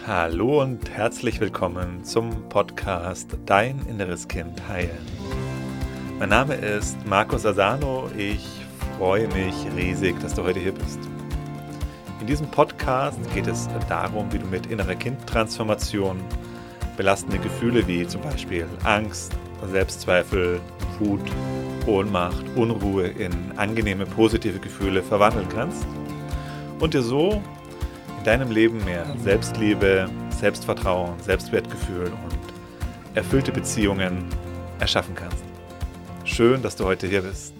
Hallo und herzlich willkommen zum Podcast Dein inneres Kind heilen. Mein Name ist Markus Asano. Ich freue mich riesig, dass du heute hier bist. In diesem Podcast geht es darum, wie du mit innerer Kindtransformation belastende Gefühle wie zum Beispiel Angst, Selbstzweifel, Wut, Ohnmacht, Unruhe in angenehme, positive Gefühle verwandeln kannst und dir so in deinem Leben mehr Selbstliebe, Selbstvertrauen, Selbstwertgefühl und erfüllte Beziehungen erschaffen kannst. Schön, dass du heute hier bist.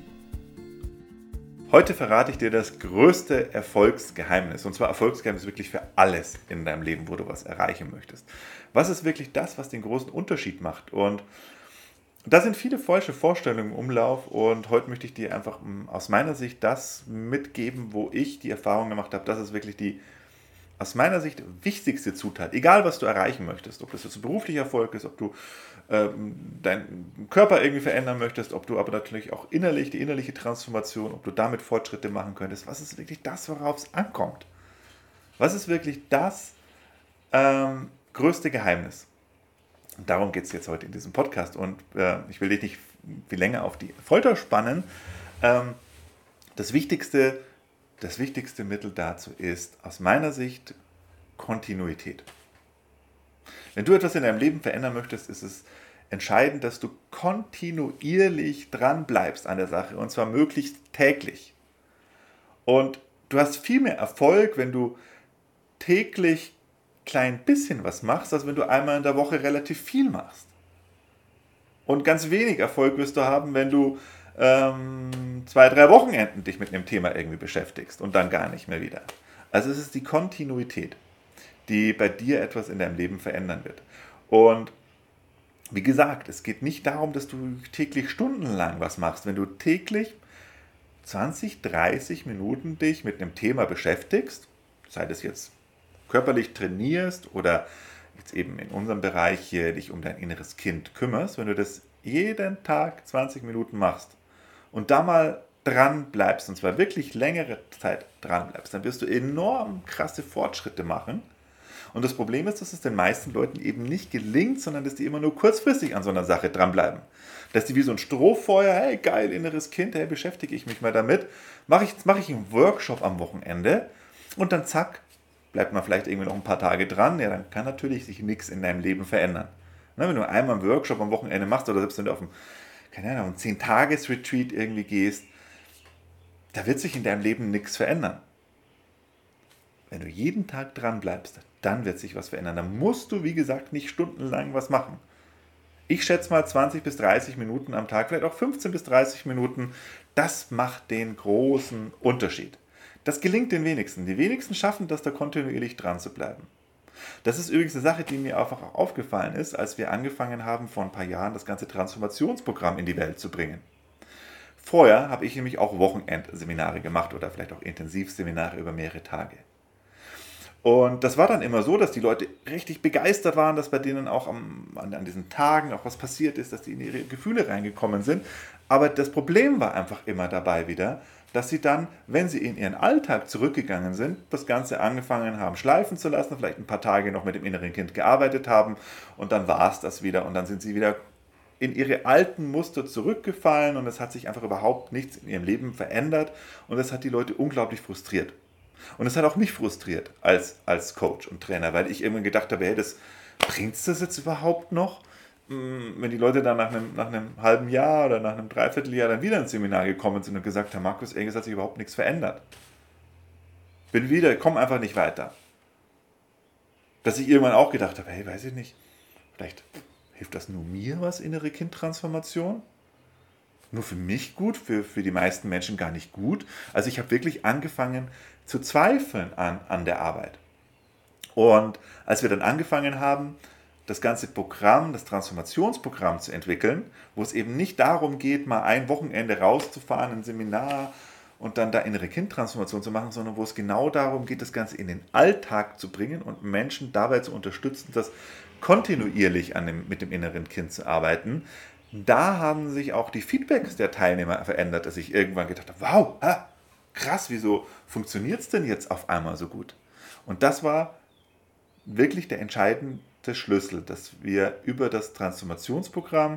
Heute verrate ich dir das größte Erfolgsgeheimnis. Und zwar Erfolgsgeheimnis wirklich für alles in deinem Leben, wo du was erreichen möchtest. Was ist wirklich das, was den großen Unterschied macht? Und da sind viele falsche Vorstellungen im Umlauf und heute möchte ich dir einfach aus meiner Sicht das mitgeben, wo ich die Erfahrung gemacht habe, das ist wirklich die aus meiner Sicht wichtigste Zutat, egal was du erreichen möchtest, ob das jetzt ein beruflicher Erfolg ist, ob du deinen Körper irgendwie verändern möchtest, ob du aber natürlich auch innerlich, die innerliche Transformation, ob du damit Fortschritte machen könntest, was ist wirklich das, worauf es ankommt? Was ist wirklich das größte Geheimnis? Und darum geht es jetzt heute in diesem Podcast und ich will dich nicht viel länger auf die Folter spannen. Das wichtigste Mittel dazu ist aus meiner Sicht Kontinuität. Wenn du etwas in deinem Leben verändern möchtest, ist es entscheidend, dass du kontinuierlich dran bleibst an der Sache und zwar möglichst täglich. Und du hast viel mehr Erfolg, wenn du täglich klein bisschen was machst, als wenn du einmal in der Woche relativ viel machst. Und ganz wenig Erfolg wirst du haben, wenn du 2-3 Wochenenden dich mit einem Thema irgendwie beschäftigst und dann gar nicht mehr wieder. Also es ist die Kontinuität, die bei dir etwas in deinem Leben verändern wird. Und wie gesagt, es geht nicht darum, dass du täglich stundenlang was machst. Wenn du täglich 20-30 Minuten dich mit einem Thema beschäftigst, sei das jetzt körperlich trainierst oder jetzt eben in unserem Bereich hier dich um dein inneres Kind kümmerst, wenn du das jeden Tag 20 Minuten machst und da mal dran bleibst, und zwar wirklich längere Zeit dran bleibst, dann wirst du enorm krasse Fortschritte machen. Und das Problem ist, dass es den meisten Leuten eben nicht gelingt, sondern dass die immer nur kurzfristig an so einer Sache dranbleiben. Dass die wie so ein Strohfeuer, hey geil, inneres Kind, hey, beschäftige ich mich mal damit, mache ich einen Workshop am Wochenende und dann zack, bleibt man vielleicht irgendwie noch ein paar Tage dran, ja, dann kann natürlich sich nichts in deinem Leben verändern. Na, wenn du einmal einen Workshop am Wochenende machst oder selbst wenn du auf einen 10-Tages-Retreat irgendwie gehst, da wird sich in deinem Leben nichts verändern. Wenn du jeden Tag dran bleibst, dann wird sich was verändern. Dann musst du, wie gesagt, nicht stundenlang was machen. Ich schätze mal 20 bis 30 Minuten am Tag, vielleicht auch 15 bis 30 Minuten, das macht den großen Unterschied. Das gelingt den wenigsten. Die wenigsten schaffen das, da kontinuierlich dran zu bleiben. Das ist übrigens eine Sache, die mir einfach auch aufgefallen ist, als wir angefangen haben, vor ein paar Jahren das ganze Transformationsprogramm in die Welt zu bringen. Vorher habe ich nämlich auch Wochenendseminare gemacht oder vielleicht auch Intensivseminare über mehrere Tage. Und das war dann immer so, dass die Leute richtig begeistert waren, dass bei denen auch an diesen Tagen auch was passiert ist, dass die in ihre Gefühle reingekommen sind. Aber das Problem war einfach immer dabei wieder, dass sie dann, wenn sie in ihren Alltag zurückgegangen sind, das Ganze angefangen haben schleifen zu lassen, vielleicht ein paar Tage noch mit dem inneren Kind gearbeitet haben und dann war es das wieder und dann sind sie wieder in ihre alten Muster zurückgefallen und es hat sich einfach überhaupt nichts in ihrem Leben verändert und das hat die Leute unglaublich frustriert. Und es hat auch mich frustriert als Coach und Trainer, weil ich irgendwann gedacht habe, hey, bringt es das jetzt überhaupt noch? Wenn die Leute dann nach einem halben Jahr oder nach einem Dreivierteljahr dann wieder ins Seminar gekommen sind und gesagt haben, Markus, es hat sich überhaupt nichts verändert. Komm einfach nicht weiter. Dass ich irgendwann auch gedacht habe, hey, weiß ich nicht, vielleicht hilft das nur mir was, innere Kindtransformation? Nur für mich gut, für die meisten Menschen gar nicht gut. Also ich habe wirklich angefangen zu zweifeln an der Arbeit. Und als wir dann angefangen haben, das ganze Programm, das Transformationsprogramm zu entwickeln, wo es eben nicht darum geht, mal ein Wochenende rauszufahren, ein Seminar und dann da innere Kindtransformation zu machen, sondern wo es genau darum geht, das Ganze in den Alltag zu bringen und Menschen dabei zu unterstützen, das kontinuierlich mit dem inneren Kind zu arbeiten. Da haben sich auch die Feedbacks der Teilnehmer verändert, dass ich irgendwann gedacht habe, wow, krass, wieso funktioniert es denn jetzt auf einmal so gut? Und das war wirklich der entscheidende Schlüssel, dass wir über das Transformationsprogramm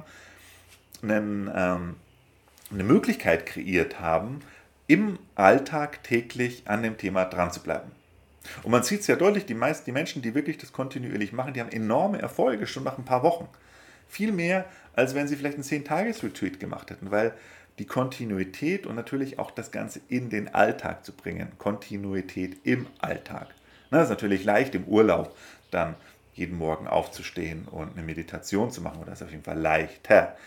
eine Möglichkeit kreiert haben, im Alltag täglich an dem Thema dran zu bleiben. Und man sieht es ja deutlich, die Menschen, die wirklich das kontinuierlich machen, die haben enorme Erfolge schon nach ein paar Wochen. Viel mehr, als wenn sie vielleicht einen 10-Tages-Retreat gemacht hätten, weil die Kontinuität und natürlich auch das Ganze in den Alltag zu bringen, Kontinuität im Alltag. Das ist natürlich leicht im Urlaub, dann jeden Morgen aufzustehen und eine Meditation zu machen, oder das ist auf jeden Fall leichter.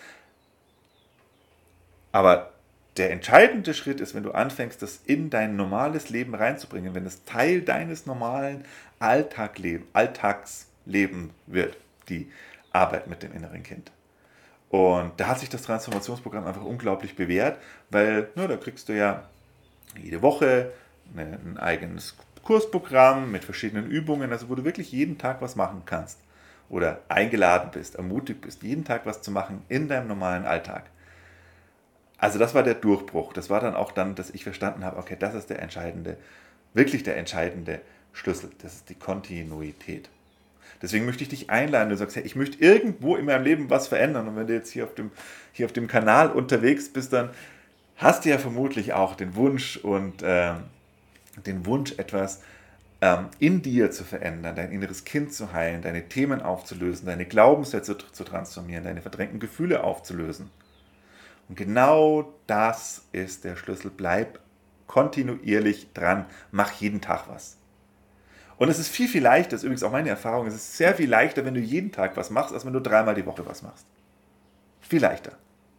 Aber der entscheidende Schritt ist, wenn du anfängst, das in dein normales Leben reinzubringen, wenn es Teil deines normalen Alltagslebens wird, die Arbeit mit dem inneren Kind. Und da hat sich das Transformationsprogramm einfach unglaublich bewährt, weil da kriegst du ja jede Woche ein eigenes Kursprogramm mit verschiedenen Übungen, also wo du wirklich jeden Tag was machen kannst oder eingeladen bist, ermutigt bist, jeden Tag was zu machen in deinem normalen Alltag. Also das war der Durchbruch. Das war dann auch dass ich verstanden habe, okay, das ist wirklich der entscheidende Schlüssel. Das ist die Kontinuität. Deswegen möchte ich dich einladen, du sagst, hey, ich möchte irgendwo in meinem Leben was verändern. Und wenn du jetzt hier auf dem Kanal unterwegs bist, dann hast du ja vermutlich auch den Wunsch etwas in dir zu verändern, dein inneres Kind zu heilen, deine Themen aufzulösen, deine Glaubenssätze zu transformieren, deine verdrängten Gefühle aufzulösen. Und genau das ist der Schlüssel. Bleib kontinuierlich dran. Mach jeden Tag was. Und es ist viel, viel leichter, das ist übrigens auch meine Erfahrung, es ist sehr viel leichter, wenn du jeden Tag was machst, als wenn du 3-mal die Woche was machst. Viel leichter.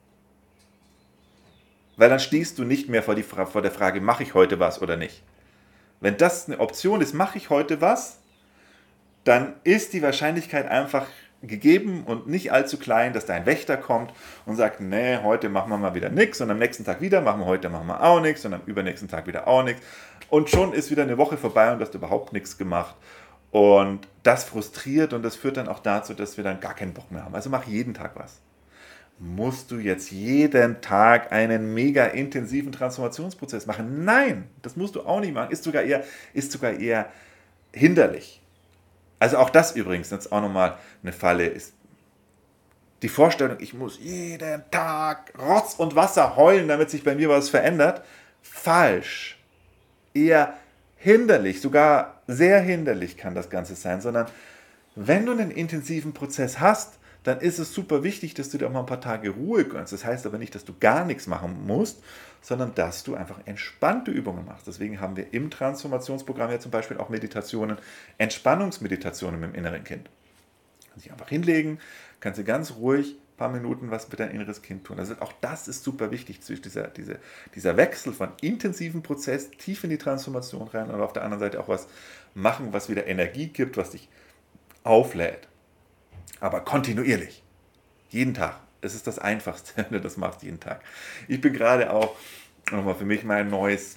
Weil dann stehst du nicht mehr vor der Frage, mache ich heute was oder nicht. Wenn das eine Option ist, mache ich heute was, dann ist die Wahrscheinlichkeit einfach gegeben und nicht allzu klein, dass dein Wächter kommt und sagt, nee, heute machen wir mal wieder nichts und am nächsten Tag wieder, machen wir auch nichts und am übernächsten Tag wieder auch nichts. Und schon ist wieder eine Woche vorbei und du hast überhaupt nichts gemacht. Und das frustriert und das führt dann auch dazu, dass wir dann gar keinen Bock mehr haben. Also mach jeden Tag was. Musst du jetzt jeden Tag einen mega intensiven Transformationsprozess machen? Nein, das musst du auch nicht machen. Ist sogar eher hinderlich. Also auch das übrigens, jetzt auch nochmal eine Falle, ist die Vorstellung, ich muss jeden Tag Rotz und Wasser heulen, damit sich bei mir was verändert. Falsch. Eher hinderlich, sogar sehr hinderlich kann das Ganze sein, sondern wenn du einen intensiven Prozess hast, dann ist es super wichtig, dass du dir auch mal ein paar Tage Ruhe gönnst. Das heißt aber nicht, dass du gar nichts machen musst, sondern dass du einfach entspannte Übungen machst. Deswegen haben wir im Transformationsprogramm ja zum Beispiel auch Meditationen, Entspannungsmeditationen mit dem inneren Kind. Kannst dich einfach hinlegen, kannst du ganz ruhig ein paar Minuten was mit deinem inneres Kind tun. Also auch das ist super wichtig, dieser Wechsel von intensiven Prozess tief in die Transformation rein und auf der anderen Seite auch was machen, was wieder Energie gibt, was dich auflädt. Aber kontinuierlich. Jeden Tag. Es ist das Einfachste, wenn du das machst, jeden Tag. Ich bin gerade auch nochmal für mich mein neues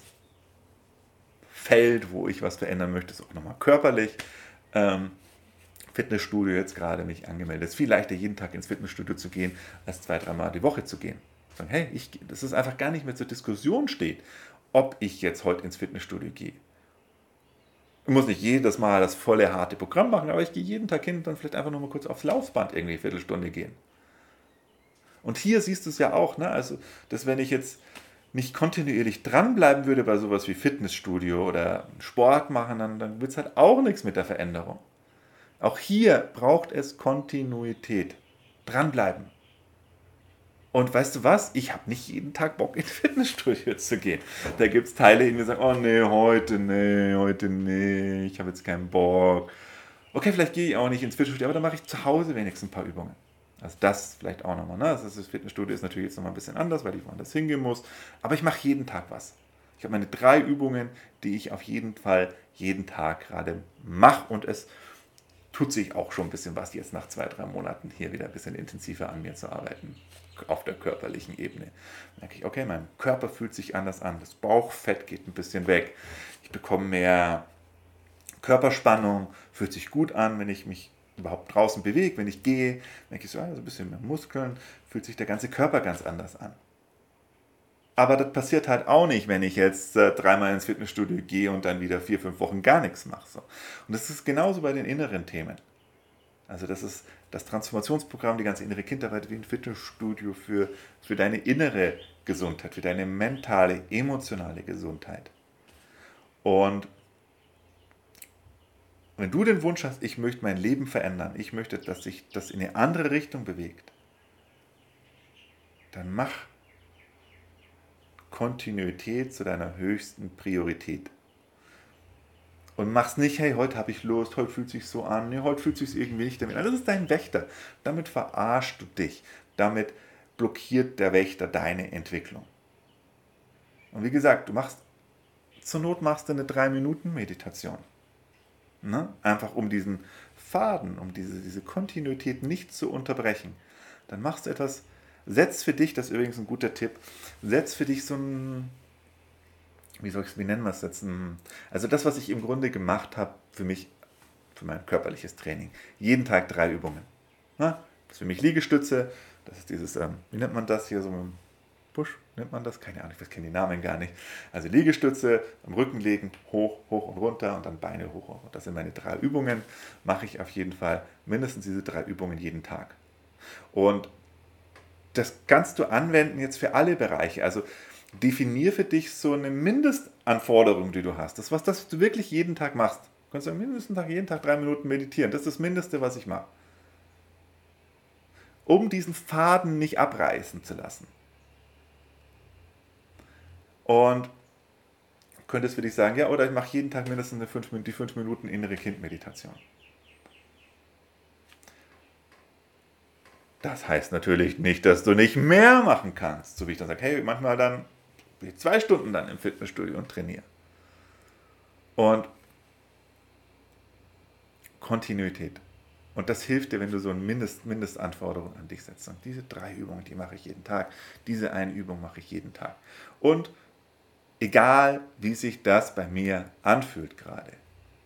Feld, wo ich was verändern möchte, ist auch nochmal körperlich. Fitnessstudio jetzt gerade mich angemeldet. Es ist viel leichter, jeden Tag ins Fitnessstudio zu gehen, als 2-3 Mal die Woche zu gehen. Sagen, hey, dass es einfach gar nicht mehr zur Diskussion steht, ob ich jetzt heute ins Fitnessstudio gehe. Ich muss nicht jedes Mal das volle, harte Programm machen, aber ich gehe jeden Tag hin und dann vielleicht einfach nur mal kurz aufs Laufband irgendwie eine Viertelstunde gehen. Und hier siehst du es ja auch, ne? Also, dass wenn ich jetzt nicht kontinuierlich dranbleiben würde bei sowas wie Fitnessstudio oder Sport machen, dann wird es halt auch nichts mit der Veränderung. Auch hier braucht es Kontinuität. Dranbleiben. Und weißt du was? Ich habe nicht jeden Tag Bock, ins Fitnessstudio zu gehen. Da gibt es Teile, die mir sagen, oh nee, heute nee, ich habe jetzt keinen Bock. Okay, vielleicht gehe ich auch nicht ins Fitnessstudio, aber dann mache ich zu Hause wenigstens ein paar Übungen. Also das vielleicht auch nochmal. Ne? Das Fitnessstudio ist natürlich jetzt nochmal ein bisschen anders, weil ich woanders hingehen muss. Aber ich mache jeden Tag was. Ich habe meine 3 Übungen, die ich auf jeden Fall jeden Tag gerade mache. Und es tut sich auch schon ein bisschen was, jetzt nach 2-3 Monaten hier wieder ein bisschen intensiver an mir zu arbeiten. Auf der körperlichen Ebene. Da merke ich, okay, mein Körper fühlt sich anders an. Das Bauchfett geht ein bisschen weg. Ich bekomme mehr Körperspannung. Fühlt sich gut an, wenn ich mich überhaupt draußen bewege. Wenn ich gehe, merke ich so ein bisschen mehr Muskeln. Fühlt sich der ganze Körper ganz anders an. Aber das passiert halt auch nicht, wenn ich jetzt dreimal ins Fitnessstudio gehe und dann wieder 4, 5 Wochen gar nichts mache. So. Und das ist genauso bei den inneren Themen. Also das ist das Transformationsprogramm, die ganze innere Kindarbeit wie ein Fitnessstudio für deine innere Gesundheit, für deine mentale, emotionale Gesundheit. Und wenn du den Wunsch hast, ich möchte mein Leben verändern, ich möchte, dass sich das in eine andere Richtung bewegt, dann mach Kontinuität zu deiner höchsten Priorität. Und mach's nicht, hey, heute habe ich Lust, heute fühlt sich so an, nee, heute fühlt sich irgendwie nicht damit an. Das ist dein Wächter. Damit verarschst du dich. Damit blockiert der Wächter deine Entwicklung. Und wie gesagt, zur Not machst du eine 3-Minuten-Meditation. Ne? Einfach um diesen Faden, um diese Kontinuität nicht zu unterbrechen. Dann machst du etwas, setz für dich, das ist übrigens ein guter Tipp, setz für dich so ein, wie nennen wir es jetzt? Also das, was ich im Grunde gemacht habe für mich, für mein körperliches Training. Jeden Tag 3 Übungen. Na, das ist für mich Liegestütze, das ist dieses, wie nennt man das hier, so ein Push, nennt man das? Keine Ahnung, ich kenne die Namen gar nicht. Also Liegestütze, am Rücken legen, hoch, hoch und runter und dann Beine hoch und runter. Das sind meine 3 Übungen, mache ich auf jeden Fall mindestens diese 3 Übungen jeden Tag. Und das kannst du anwenden jetzt für alle Bereiche. Also definier für dich so eine Mindestanforderung, die du hast. Das, was du wirklich jeden Tag machst. Du kannst am mindesten Tag jeden Tag 3 Minuten meditieren. Das ist das Mindeste, was ich mache. Um diesen Faden nicht abreißen zu lassen. Und könntest für dich sagen, ja, oder ich mache jeden Tag mindestens die 5 Minuten innere Kindmeditation. Das heißt natürlich nicht, dass du nicht mehr machen kannst. So wie ich dann sage, hey, manchmal dann bin ich 2 Stunden dann im Fitnessstudio und trainiere. Und Kontinuität. Und das hilft dir, wenn du so eine Mindestanforderung an dich setzt. Und diese 3 Übungen, die mache ich jeden Tag. Diese eine Übung mache ich jeden Tag. Und egal, wie sich das bei mir anfühlt gerade.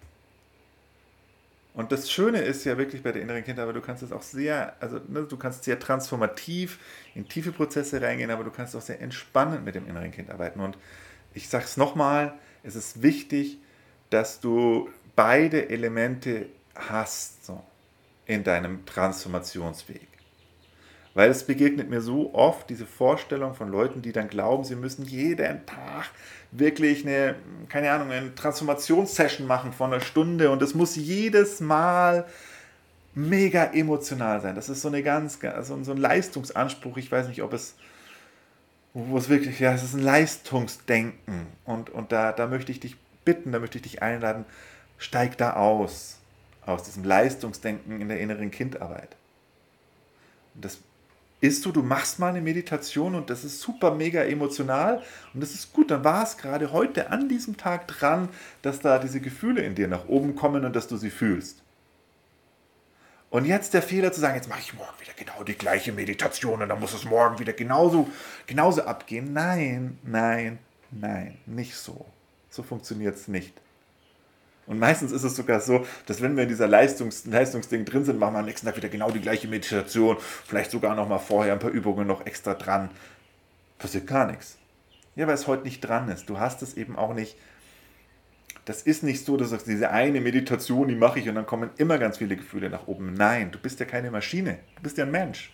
Und das Schöne ist ja wirklich bei der inneren Kindarbeit, du kannst es auch du kannst sehr transformativ in tiefe Prozesse reingehen, aber du kannst auch sehr entspannend mit dem inneren Kind arbeiten. Und ich sage es nochmal, es ist wichtig, dass du beide Elemente hast so, in deinem Transformationsweg. Weil es begegnet mir so oft, diese Vorstellung von Leuten, die dann glauben, sie müssen jeden Tag wirklich eine Transformationssession machen von 1 Stunde und es muss jedes Mal mega emotional sein. Das ist so so ein Leistungsanspruch. Ich weiß nicht, wo es wirklich, ja, es ist ein Leistungsdenken. Und da möchte ich dich bitten, da möchte ich dich einladen, steig da aus diesem Leistungsdenken in der inneren Kindarbeit. Und das du machst mal eine Meditation und das ist super mega emotional und das ist gut, dann war es gerade heute an diesem Tag dran, dass da diese Gefühle in dir nach oben kommen und dass du sie fühlst. Und jetzt der Fehler zu sagen, jetzt mache ich morgen wieder genau die gleiche Meditation und dann muss es morgen wieder genauso abgehen. Nein, nein, nein, nicht so. So funktioniert es nicht. Und meistens ist es sogar so, dass wenn wir in dieser Leistungsding drin sind, machen wir am nächsten Tag wieder genau die gleiche Meditation, vielleicht sogar noch mal vorher ein paar Übungen noch extra dran. Passiert gar nichts. Ja, weil es heute nicht dran ist. Du hast es eben auch nicht. Das ist nicht so, dass du sagst, diese eine Meditation, die mache ich und dann kommen immer ganz viele Gefühle nach oben. Nein, du bist ja keine Maschine. Du bist ja ein Mensch.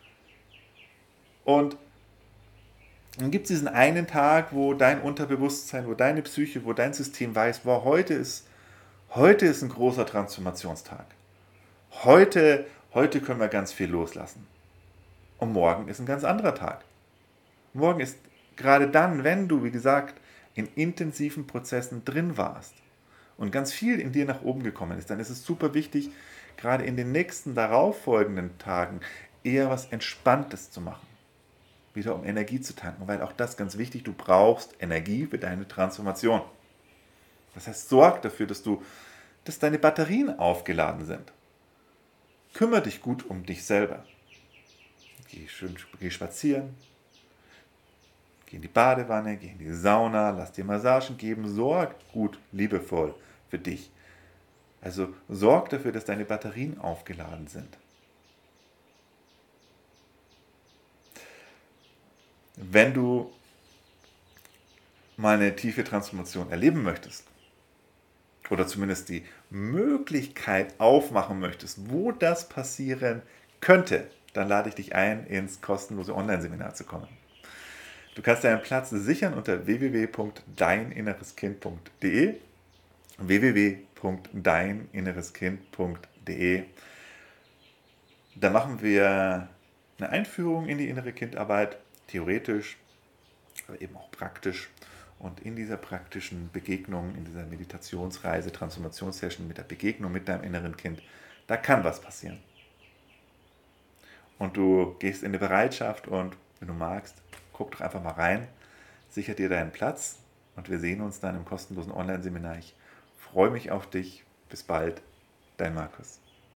Und dann gibt es diesen einen Tag, wo dein Unterbewusstsein, wo deine Psyche, wo dein System weiß, wow, heute ist ein großer Transformationstag. Heute können wir ganz viel loslassen. Und morgen ist ein ganz anderer Tag. Morgen ist gerade dann, wenn du, wie gesagt, in intensiven Prozessen drin warst und ganz viel in dir nach oben gekommen ist, dann ist es super wichtig, gerade in den nächsten darauffolgenden Tagen eher was Entspanntes zu machen. Wieder um Energie zu tanken, weil auch das ganz wichtig, du brauchst Energie für deine Transformation. Das heißt, sorg dafür, dass deine Batterien aufgeladen sind. Kümmere dich gut um dich selber. Geh spazieren, geh in die Badewanne, geh in die Sauna, lass dir Massagen geben, sorg gut, liebevoll für dich. Also sorg dafür, dass deine Batterien aufgeladen sind. Wenn du mal eine tiefe Transformation erleben möchtest oder zumindest die Möglichkeit aufmachen möchtest, wo das passieren könnte, dann lade ich dich ein, ins kostenlose Online-Seminar zu kommen. Du kannst deinen Platz sichern unter www.deininnereskind.de www.deininnereskind.de. Da machen wir eine Einführung in die innere Kindarbeit, theoretisch, aber eben auch praktisch. Und in dieser praktischen Begegnung, in dieser Meditationsreise, Transformationssession mit der Begegnung mit deinem inneren Kind, da kann was passieren. Und du gehst in die Bereitschaft und wenn du magst, guck doch einfach mal rein, sicher dir deinen Platz und wir sehen uns dann im kostenlosen Online-Seminar. Ich freue mich auf dich. Bis bald, dein Markus.